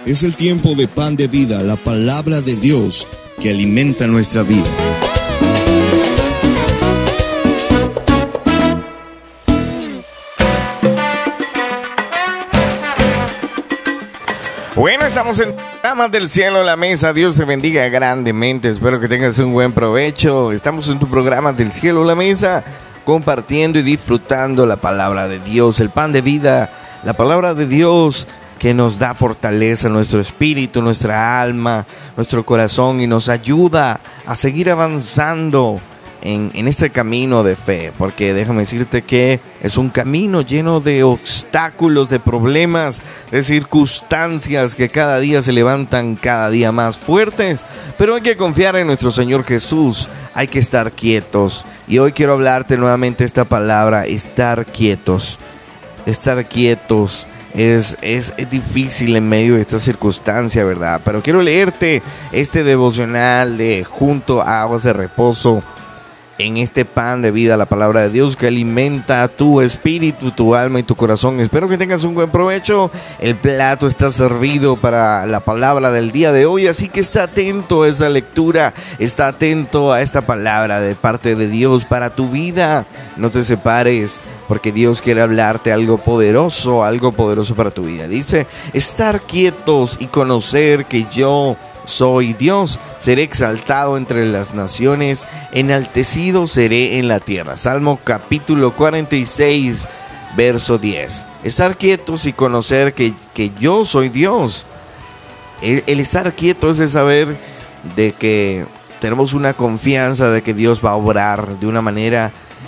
Es el tiempo de pan de vida, la palabra de Dios que alimenta nuestra vida. Bueno, estamos en Damas del Cielo, la mesa. Dios te bendiga grandemente. Espero que tengas un buen provecho. Estamos en tu programa del Cielo, la mesa, compartiendo y disfrutando la palabra de Dios, el pan de vida, la palabra de Dios que nos da fortaleza a nuestro espíritu, nuestra alma, nuestro corazón y nos ayuda a seguir avanzando en este camino de fe, porque déjame decirte que es un camino lleno de obstáculos, de problemas, de circunstancias que cada día se levantan cada día más fuertes, pero hay que confiar en nuestro Señor Jesús, hay que estar quietos. Y hoy quiero hablarte nuevamente esta palabra, estar quietos. Estar quietos es difícil en medio de esta circunstancia, ¿verdad? Pero quiero leerte este devocional de Junto a Aguas de Reposo, en este pan de vida, la palabra de Dios que alimenta tu espíritu, tu alma y tu corazón. Espero que tengas un buen provecho. El plato está servido para la palabra del día de hoy, así que está atento a esa lectura, está atento a esta palabra de parte de Dios para tu vida. No te separes, porque Dios quiere hablarte algo poderoso para tu vida. Dice, estar quietos y conocer que yo soy Dios, seré exaltado entre las naciones, enaltecido seré en la tierra. Salmo capítulo 46, verso 10. Estar quietos y conocer que yo soy Dios. El estar quietos es saber de que tenemos una confianza de que Dios va a obrar de una manera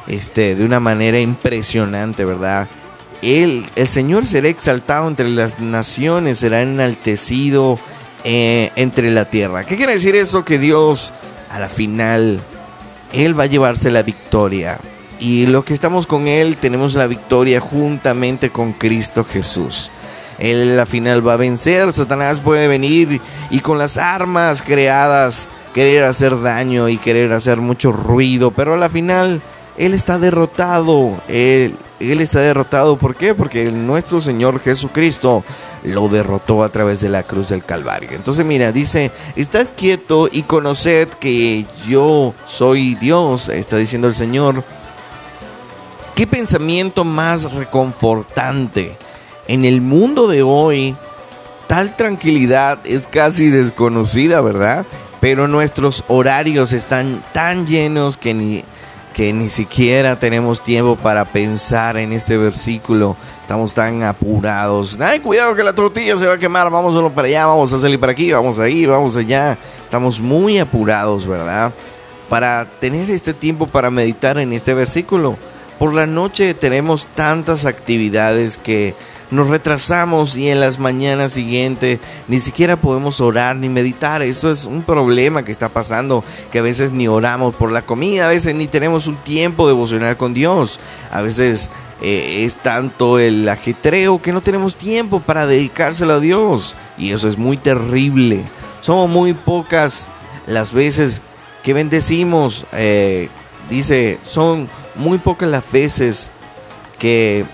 impresionante, ¿verdad? El Señor será exaltado entre las naciones, será enaltecido entre la tierra. ¿Qué quiere decir eso? Que Dios a la final Él va a llevarse la victoria, y los que estamos con Él tenemos la victoria juntamente con Cristo Jesús. Él a la final va a vencer. Satanás puede venir y con las armas creadas querer hacer daño y querer hacer mucho ruido, pero a la final Él está derrotado. Él está derrotado. ¿Por qué? Porque nuestro Señor Jesucristo lo derrotó a través de la cruz del Calvario. Entonces mira, dice, estad quieto y conoced que yo soy Dios, está diciendo el Señor. ¿Qué pensamiento más reconfortante? En el mundo de hoy, tal tranquilidad es casi desconocida, ¿verdad? Pero nuestros horarios están tan llenos que ni siquiera tenemos tiempo para pensar en este versículo. Estamos tan apurados. Ay, cuidado que la tortilla se va a quemar. Vamos solo para allá, vamos a salir para aquí, vamos ahí, vamos allá. Estamos muy apurados, ¿verdad? Para tener este tiempo para meditar en este versículo. Por la noche tenemos tantas actividades que nos retrasamos y en las mañanas siguientes ni siquiera podemos orar ni meditar. Esto es un problema que está pasando, que a veces ni oramos por la comida, a veces ni tenemos un tiempo devocional con Dios. A veces es tanto el ajetreo que no tenemos tiempo para dedicárselo a Dios, y eso es muy terrible. Somos muy pocas las veces que bendecimos. Dice, son muy pocas las veces que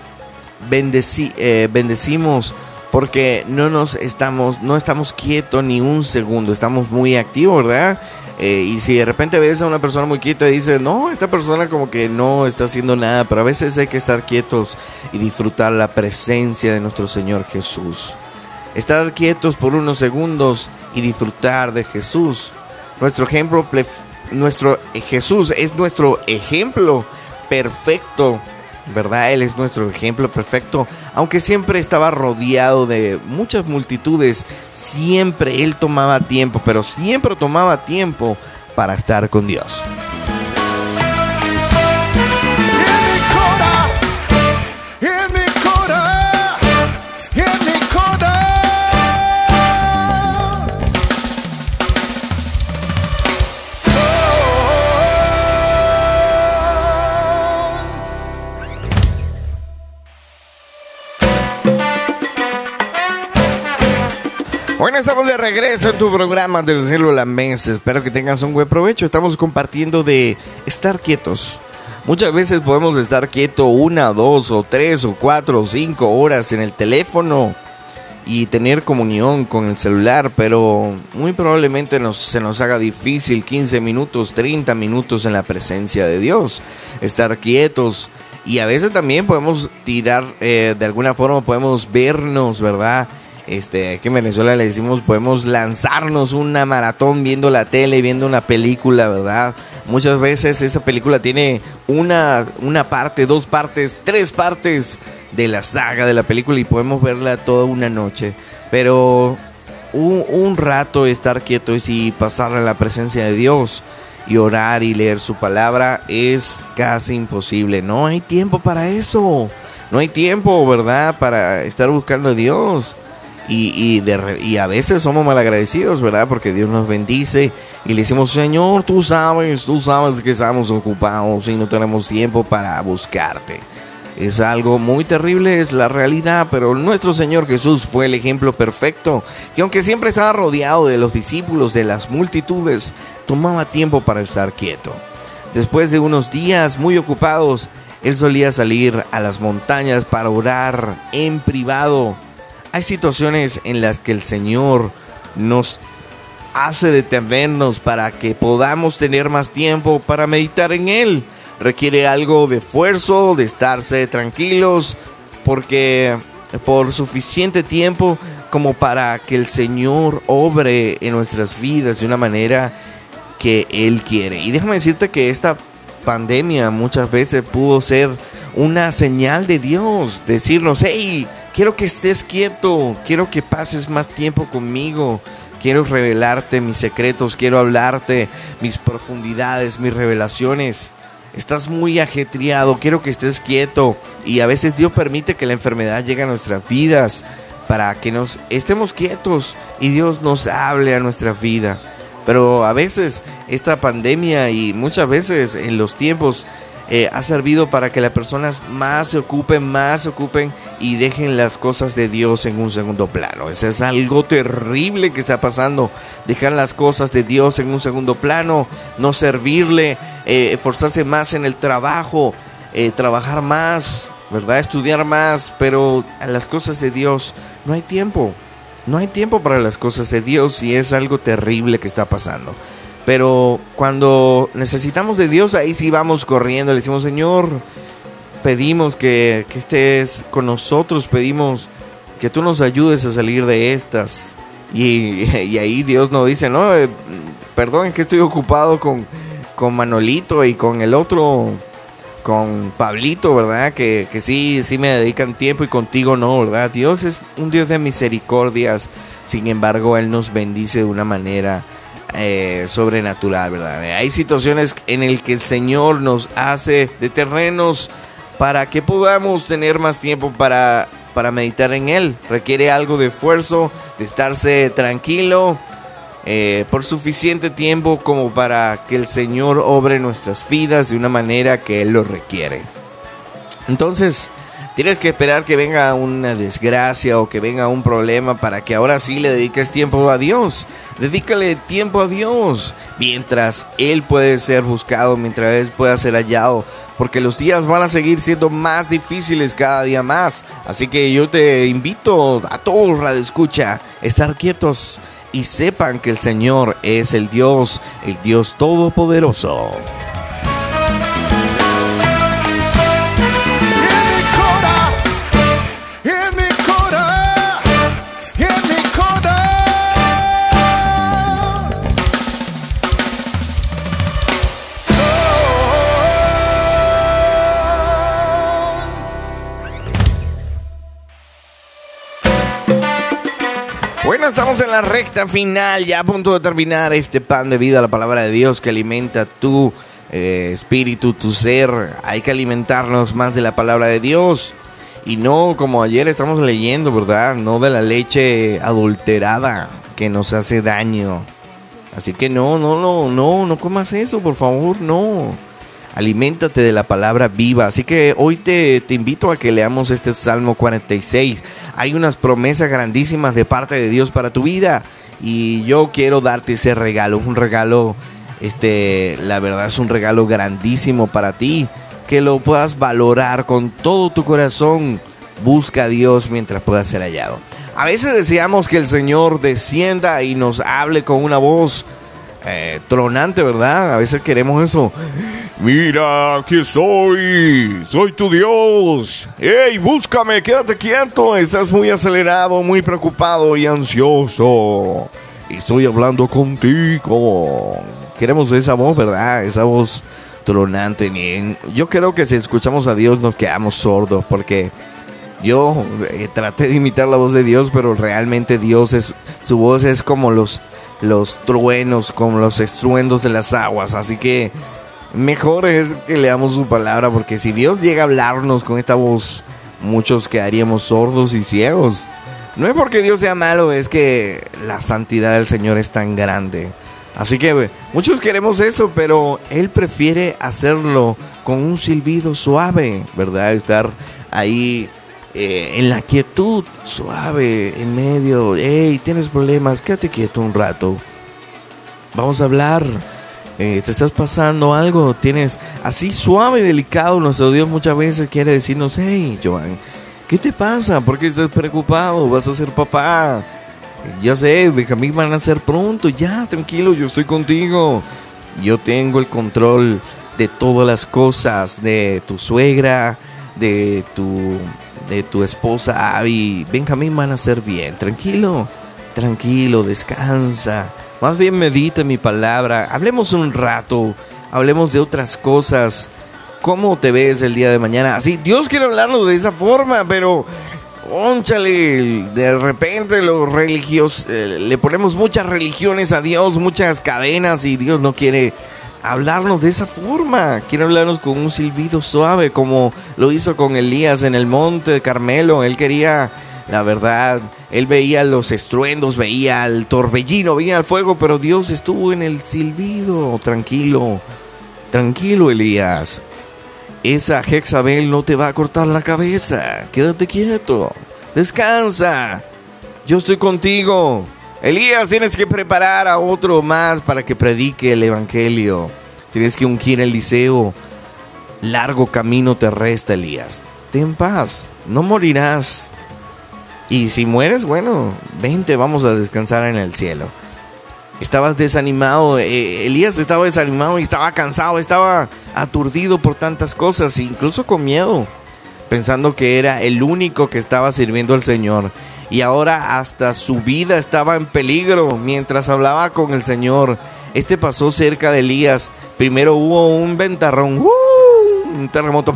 bendecimos, porque no estamos quietos ni un segundo, estamos muy activos, ¿verdad? Y si de repente ves a una persona muy quieta y dices, no, esta persona como que no está haciendo nada, pero a veces hay que estar quietos y disfrutar la presencia de nuestro Señor Jesús. Estar quietos por unos segundos y disfrutar de Jesús. Jesús es nuestro ejemplo perfecto, ¿verdad? Él es nuestro ejemplo perfecto. Aunque siempre estaba rodeado de muchas multitudes, siempre Él tomaba tiempo, pero siempre tomaba tiempo para estar con Dios. Bueno, estamos de regreso en tu programa del Cielo, la mesa. Espero que tengas un buen provecho. Estamos compartiendo de estar quietos. Muchas veces podemos estar quietos 1, 2, 3, 4, 5 horas en el teléfono. y tener comunión con el celular, pero muy probablemente se nos haga difícil 15 minutos, 30 minutos en la presencia de Dios, estar quietos. Y a veces también podemos tirar, de alguna forma podemos vernos, ¿verdad? Que en Venezuela le decimos, podemos lanzarnos una maratón viendo la tele, viendo una película, ¿verdad? Muchas veces esa película tiene una parte, 2 partes, 3 partes de la saga de la película y podemos verla toda una noche. Pero un rato estar quietos y pasar en la presencia de Dios y orar y leer su palabra es casi imposible. No hay tiempo para eso. No hay tiempo, ¿verdad? Para estar buscando a Dios. Y a veces somos malagradecidos, ¿verdad? Porque Dios nos bendice y le decimos, Señor, tú sabes que estamos ocupados y no tenemos tiempo para buscarte. Es algo muy terrible, es la realidad, pero nuestro Señor Jesús fue el ejemplo perfecto. Y aunque siempre estaba rodeado de los discípulos, de las multitudes, tomaba tiempo para estar quieto. Después de unos días muy ocupados, Él solía salir a las montañas para orar en privado. Hay situaciones en las que el Señor nos hace detenernos para que podamos tener más tiempo para meditar en Él. Requiere algo de esfuerzo, de estarse tranquilos, porque por suficiente tiempo como para que el Señor obre en nuestras vidas de una manera que Él quiere. Y déjame decirte que esta pandemia muchas veces pudo ser una señal de Dios, decirnos, hey, quiero que estés quieto, quiero que pases más tiempo conmigo, quiero revelarte mis secretos, quiero hablarte mis profundidades, mis revelaciones. Estás muy ajetreado, quiero que estés quieto. Y a veces Dios permite que la enfermedad llegue a nuestras vidas para que nos estemos quietos y Dios nos hable a nuestra vida. Pero a veces esta pandemia y muchas veces en los tiempos ha servido para que las personas más se ocupen y dejen las cosas de Dios en un segundo plano. Eso es algo terrible que está pasando. Dejar las cosas de Dios en un segundo plano, no servirle, esforzarse más en el trabajo, trabajar más, ¿verdad? Estudiar más, pero a las cosas de Dios no hay tiempo. No hay tiempo para las cosas de Dios y es algo terrible que está pasando. Pero cuando necesitamos de Dios, ahí sí vamos corriendo. Le decimos, Señor, pedimos que estés con nosotros. Pedimos que tú nos ayudes a salir de estas. Y ahí Dios nos dice, no, perdón, que estoy ocupado con Manolito y con el otro, con Pablito, ¿verdad? Que sí me dedican tiempo y contigo no, ¿verdad? Dios es un Dios de misericordias. Sin embargo, Él nos bendice de una manera sobrenatural, ¿verdad? Hay situaciones en las que el Señor nos hace detenernos para que podamos tener más tiempo para meditar en Él. Requiere algo de esfuerzo, de estarse tranquilo por suficiente tiempo como para que el Señor obre nuestras vidas de una manera que Él lo requiere. Entonces, tienes que esperar que venga una desgracia o que venga un problema para que ahora sí le dediques tiempo a Dios. Dedícale tiempo a Dios mientras Él puede ser buscado, mientras Él pueda ser hallado, porque los días van a seguir siendo más difíciles cada día más. Así que yo te invito a todos, radioescucha, a estar quietos y sepan que el Señor es el Dios Todopoderoso. Bueno, estamos en la recta final, ya a punto de terminar este pan de vida, la palabra de Dios que alimenta tu espíritu, tu ser. Hay que alimentarnos más de la palabra de Dios y no como ayer estamos leyendo, ¿verdad? No de la leche adulterada que nos hace daño. Así que no comas eso, por favor, no. Aliméntate de la palabra viva. Así que hoy te invito a que leamos este Salmo 46. Hay unas promesas grandísimas de parte de Dios para tu vida. Y yo quiero darte ese regalo. Un regalo, la verdad es un regalo grandísimo para ti. Que lo puedas valorar con todo tu corazón. Busca a Dios mientras pueda ser hallado. A veces deseamos que el Señor descienda y nos hable con una voz tronante, ¿verdad? A veces queremos eso. Mira, aquí soy tu Dios. ¡Ey, búscame! Quédate quieto, estás muy acelerado, muy preocupado y ansioso. Y estoy hablando contigo. Queremos esa voz, ¿verdad? Esa voz tronante. Yo creo que si escuchamos a Dios nos quedamos sordos, porque yo traté de imitar la voz de Dios, pero realmente su voz es como los truenos, como los estruendos de las aguas. Así que mejor es que leamos su palabra, porque si Dios llega a hablarnos con esta voz, muchos quedaríamos sordos y ciegos. No es porque Dios sea malo, es que la santidad del Señor es tan grande. Así que muchos queremos eso, pero Él prefiere hacerlo con un silbido suave, ¿verdad? Estar ahí en la quietud, suave, en medio. Hey, ¿tienes problemas? Quédate quieto un rato. Vamos a hablar. ¿Te estás pasando algo? Tienes así suave y delicado. Nuestro Dios muchas veces quiere decirnos: hey, Joan, ¿qué te pasa? ¿Por qué estás preocupado? Vas a ser papá. Ya sé, Benjamín van a nacer pronto. Ya, tranquilo, yo estoy contigo. Yo tengo el control de todas las cosas. De tu suegra, de tu esposa Abby. Benjamín van a nacer bien. Tranquilo, descansa. Más bien medita mi palabra. Hablemos un rato. Hablemos de otras cosas. ¿Cómo te ves el día de mañana? Así, Dios quiere hablarnos de esa forma, pero ónchale, de repente los religiosos le ponemos muchas religiones a Dios, muchas cadenas, y Dios no quiere hablarnos de esa forma. Quiere hablarnos con un silbido suave, como lo hizo con Elías en el monte de Carmelo. Él quería, la verdad, él veía los estruendos, veía el torbellino, veía el fuego, pero Dios estuvo en el silbido. Tranquilo, Elías. Esa Jezabel no te va a cortar la cabeza. Quédate quieto. Descansa. Yo estoy contigo. Elías, tienes que preparar a otro más para que predique el evangelio. Tienes que ungir a Eliseo. Largo camino te resta, Elías. Ten paz. No morirás. Y si mueres, bueno, vente, vamos a descansar en el cielo. Estabas desanimado, Elías estaba desanimado y estaba cansado, estaba aturdido por tantas cosas, incluso con miedo, pensando que era el único que estaba sirviendo al Señor. Y ahora hasta su vida estaba en peligro mientras hablaba con el Señor. Pasó cerca de Elías. Primero hubo un ventarrón, un terremoto,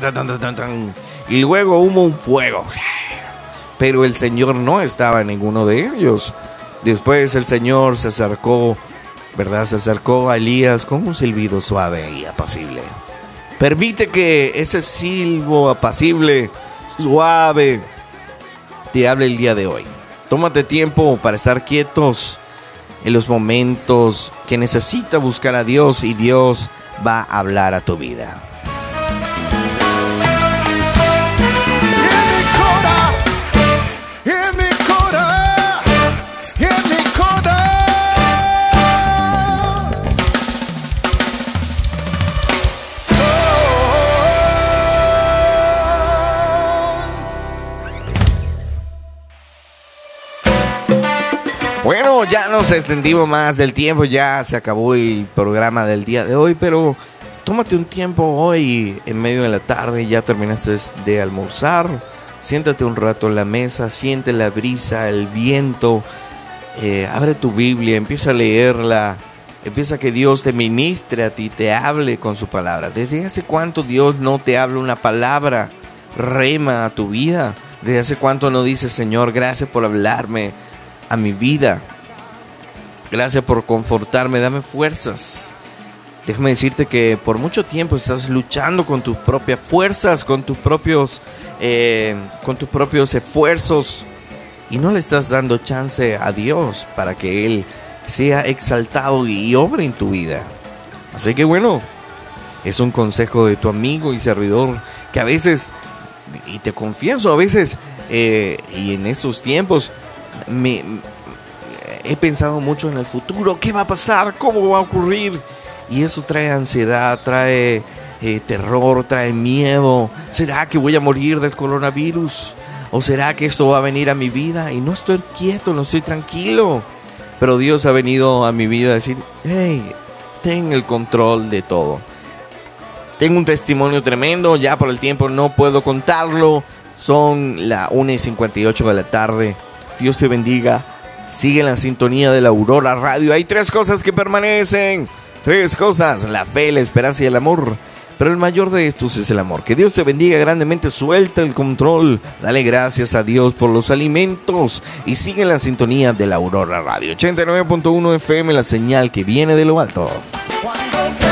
y luego hubo un fuego. Pero el Señor no estaba en ninguno de ellos. Después el Señor se acercó, ¿verdad? Se acercó a Elías con un silbido suave y apacible. Permite que ese silbo apacible, suave, te hable el día de hoy. Tómate tiempo para estar quietos en los momentos que necesitas buscar a Dios, y Dios va a hablar a tu vida. Bueno, ya nos extendimos más del tiempo, ya se acabó el programa del día de hoy, pero tómate un tiempo hoy en medio de la tarde, ya terminaste de almorzar, siéntate un rato en la mesa, siente la brisa, el viento, abre tu Biblia, empieza a leerla, empieza a que Dios te ministre a ti, te hable con su palabra. ¿Desde hace cuánto Dios no te habla una palabra rema a tu vida? ¿Desde hace cuánto no dices: Señor, gracias por hablarme a mi vida, gracias por confortarme, dame fuerzas? Déjame decirte que por mucho tiempo estás luchando con tus propias fuerzas, con tus propios esfuerzos, y no le estás dando chance a Dios para que Él sea exaltado y obre en tu vida. Así que bueno, es un consejo de tu amigo y servidor, que a veces, y te confieso, a veces y en estos tiempos he pensado mucho en el futuro. ¿Qué va a pasar? ¿Cómo va a ocurrir? Y eso trae ansiedad, trae terror, trae miedo. ¿Será que voy a morir del coronavirus? ¿O será que esto va a venir a mi vida y no estoy quieto, no estoy tranquilo? Pero Dios ha venido a mi vida a decir, hey, ten el control de todo. Tengo un testimonio tremendo, ya por el tiempo no puedo contarlo. Son las 1:58 de la tarde. Dios te bendiga. Sigue en la sintonía de la Aurora Radio. Hay 3 cosas que permanecen. 3 cosas: la fe, la esperanza y el amor. Pero el mayor de estos es el amor. Que Dios te bendiga grandemente. Suelta el control. Dale gracias a Dios por los alimentos. Y sigue en la sintonía de la Aurora Radio. 89.1 FM, la señal que viene de lo alto.